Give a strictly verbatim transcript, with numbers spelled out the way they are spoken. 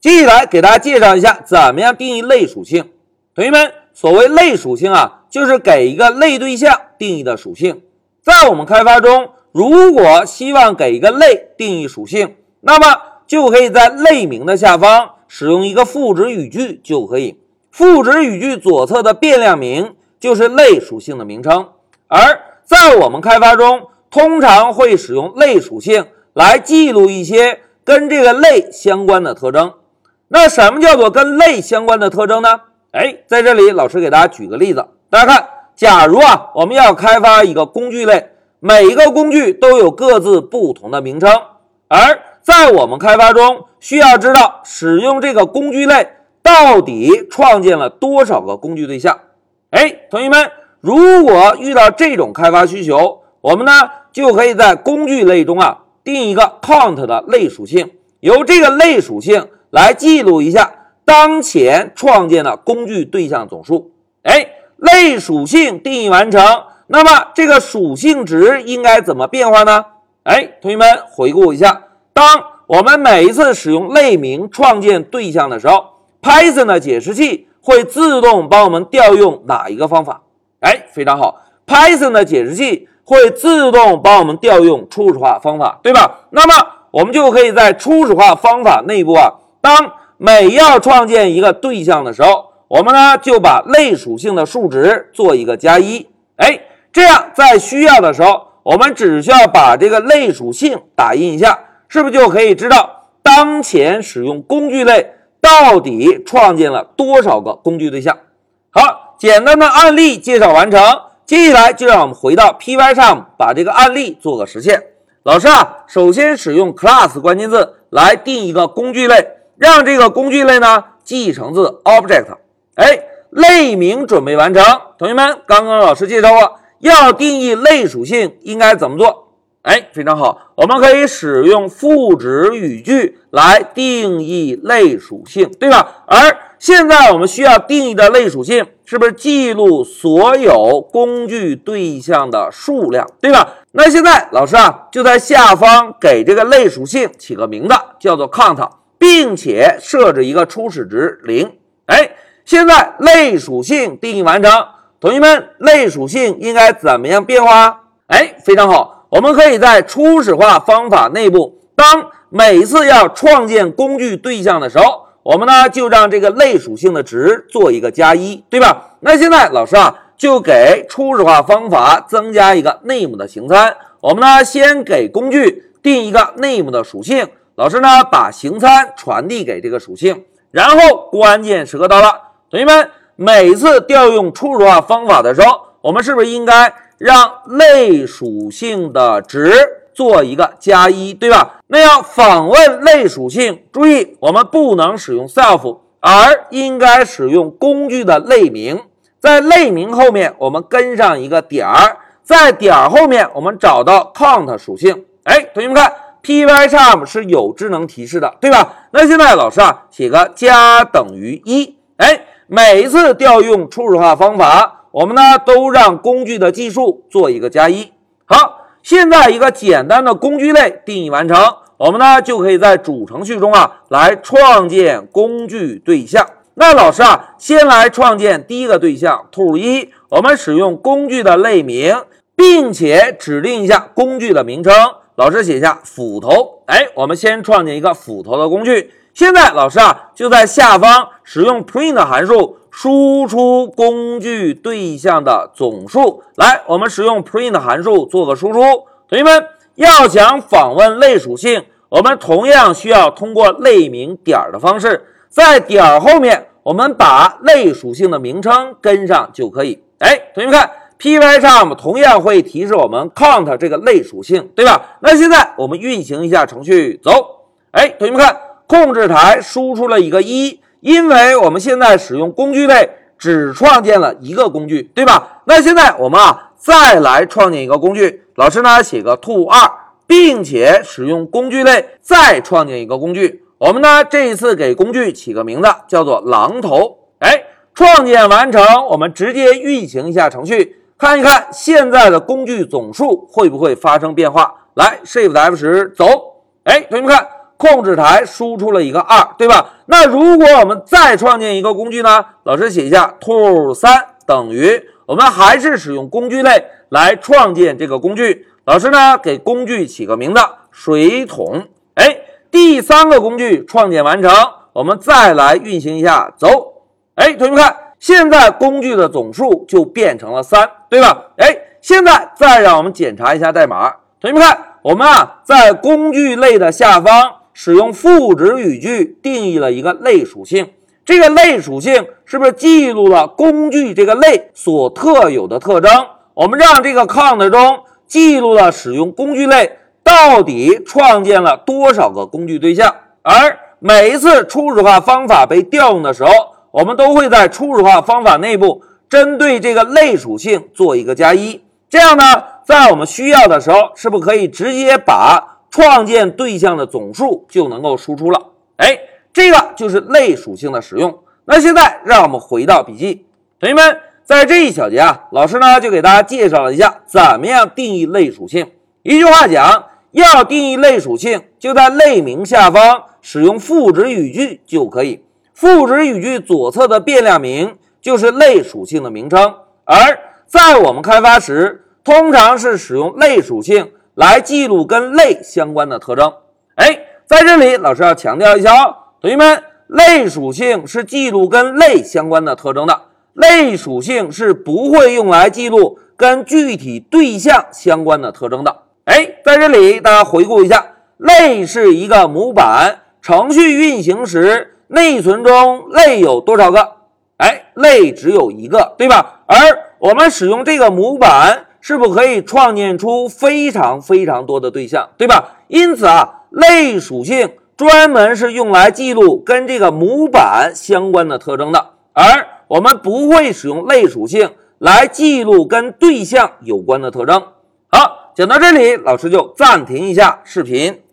接下来给大家介绍一下怎么样定义类属性。同学们，所谓类属性啊，就是给一个类对象定义的属性。在我们开发中，如果希望给一个类定义属性，那么就可以在类名的下方使用一个赋值语句就可以。赋值语句左侧的变量名就是类属性的名称。而在我们开发中，通常会使用类属性来记录一些跟这个类相关的特征。那什么叫做跟类相关的特征呢？哎，在这里老师给大家举个例子，大家看，假如啊我们要开发一个工具类，每一个工具都有各自不同的名称，而在我们开发中需要知道使用这个工具类到底创建了多少个工具对象。哎，同学们，如果遇到这种开发需求，我们呢就可以在工具类中啊定一个 count 的类属性，由这个类属性来记录一下当前创建的工具对象总数。哎，类属性定义完成，那么这个属性值应该怎么变化呢？哎，同学们回顾一下，当我们每一次使用类名创建对象的时候， Python 的解释器会自动帮我们调用哪一个方法？哎，非常好， Python 的解释器会自动帮我们调用初始化方法，对吧？那么我们就可以在初始化方法内部啊，当每要创建一个对象的时候，我们呢就把类属性的数值做一个加一。哎，这样在需要的时候，我们只需要把这个类属性打印一下，是不是就可以知道当前使用工具类到底创建了多少个工具对象？好，简单的案例介绍完成，接下来就让我们回到 Pycharm 把这个案例做个实现。老师啊，首先使用 class 关键字来定一个工具类，让这个工具类呢继承自 object。哎，类名准备完成。同学们，刚刚老师介绍过，要定义类属性应该怎么做？哎，非常好，我们可以使用赋值语句来定义类属性，对吧？而现在我们需要定义的类属性是不是记录所有工具对象的数量，对吧？那现在老师啊就在下方给这个类属性起个名字，叫做 count， 并且设置一个初始值零。哎，现在类属性定义完成，同学们，类属性应该怎么样变化？哎，非常好，我们可以在初始化方法内部，当每次要创建工具对象的时候，我们呢就让这个类属性的值做一个加一，对吧？那现在老师啊就给初始化方法增加一个 name 的形参，我们呢先给工具定一个 name 的属性，老师呢把形参传递给这个属性，然后关键时刻到了，同学们，每次调用初始化方法的时候，我们是不是应该让类属性的值做一个加一，对吧？那要访问类属性，注意我们不能使用 self， 而应该使用工具的类名，在类名后面我们跟上一个点儿，在点儿后面我们找到 count 属性。哎，同学们看 Pycharm 是有智能提示的，对吧？那现在老师啊写个加等于一。哎，每一次调用初始化方法，我们呢都让工具的计数做一个加一。好，现在一个简单的工具类定义完成，我们呢就可以在主程序中啊来创建工具对象。那老师啊先来创建第一个对象 tool 一，我们使用工具的类名，并且指定一下工具的名称，老师写下斧头。哎，我们先创建一个斧头的工具。现在老师啊就在下方使用 print 函数输出工具对象的总数。来，我们使用 print 函数做个输出。同学们，要想访问类属性，我们同样需要通过类名点的方式，在点后面我们把类属性的名称跟上就可以。哎，同学们看 Pycharm 同样会提示我们 count 这个类属性，对吧？那现在我们运行一下程序，走。哎，同学们看，控制台输出了一个一，因为我们现在使用工具类只创建了一个工具，对吧？那现在我们啊再来创建一个工具，老师呢写个 to 二，并且使用工具类再创建一个工具，我们呢这一次给工具起个名字叫做榔头。哎，创建完成，我们直接运行一下程序，看一看现在的工具总数会不会发生变化。来 Shift F 十 走。哎，同学们看， 控制台输出了一个二，对吧？那如果我们再创建一个工具呢？老师写一下 to 三等于，我们还是使用工具类来创建这个工具。老师呢给工具起个名字，水桶。哎，第三个工具创建完成，我们再来运行一下，走。哎，同学们看，现在工具的总数就变成了三，对吧？哎，现在再让我们检查一下代码。同学们看，我们啊在工具类的下方使用赋值语句定义了一个类属性。这个类属性是不是记录了工具这个类所特有的特征？我们让这个 count 中记录了使用工具类到底创建了多少个工具对象，而每一次初始化方法被调用的时候，我们都会在初始化方法内部针对这个类属性做一个加一。这样呢，在我们需要的时候，是不是可以直接把创建对象的总数就能够输出了？哎，这个就是类属性的使用。那现在让我们回到笔记，同学们，在这一小节啊，老师呢就给大家介绍了一下怎么样定义类属性。一句话讲，要定义类属性，就在类名下方使用赋值语句就可以。赋值语句左侧的变量名就是类属性的名称，而在我们开发时，通常是使用类属性来记录跟类相关的特征。哎，在这里老师要强调一下哦，同学们，类属性是记录跟类相关的特征的，类属性是不会用来记录跟具体对象相关的特征的。哎，在这里大家回顾一下，类是一个模板，程序运行时内存中类有多少个？哎，类只有一个，对吧？而我们使用这个模板，是不是可以创建出非常非常多的对象，对吧？因此啊，类属性专门是用来记录跟这个模板相关的特征的，而我们不会使用类属性来记录跟对象有关的特征。好，讲到这里，老师就暂停一下视频。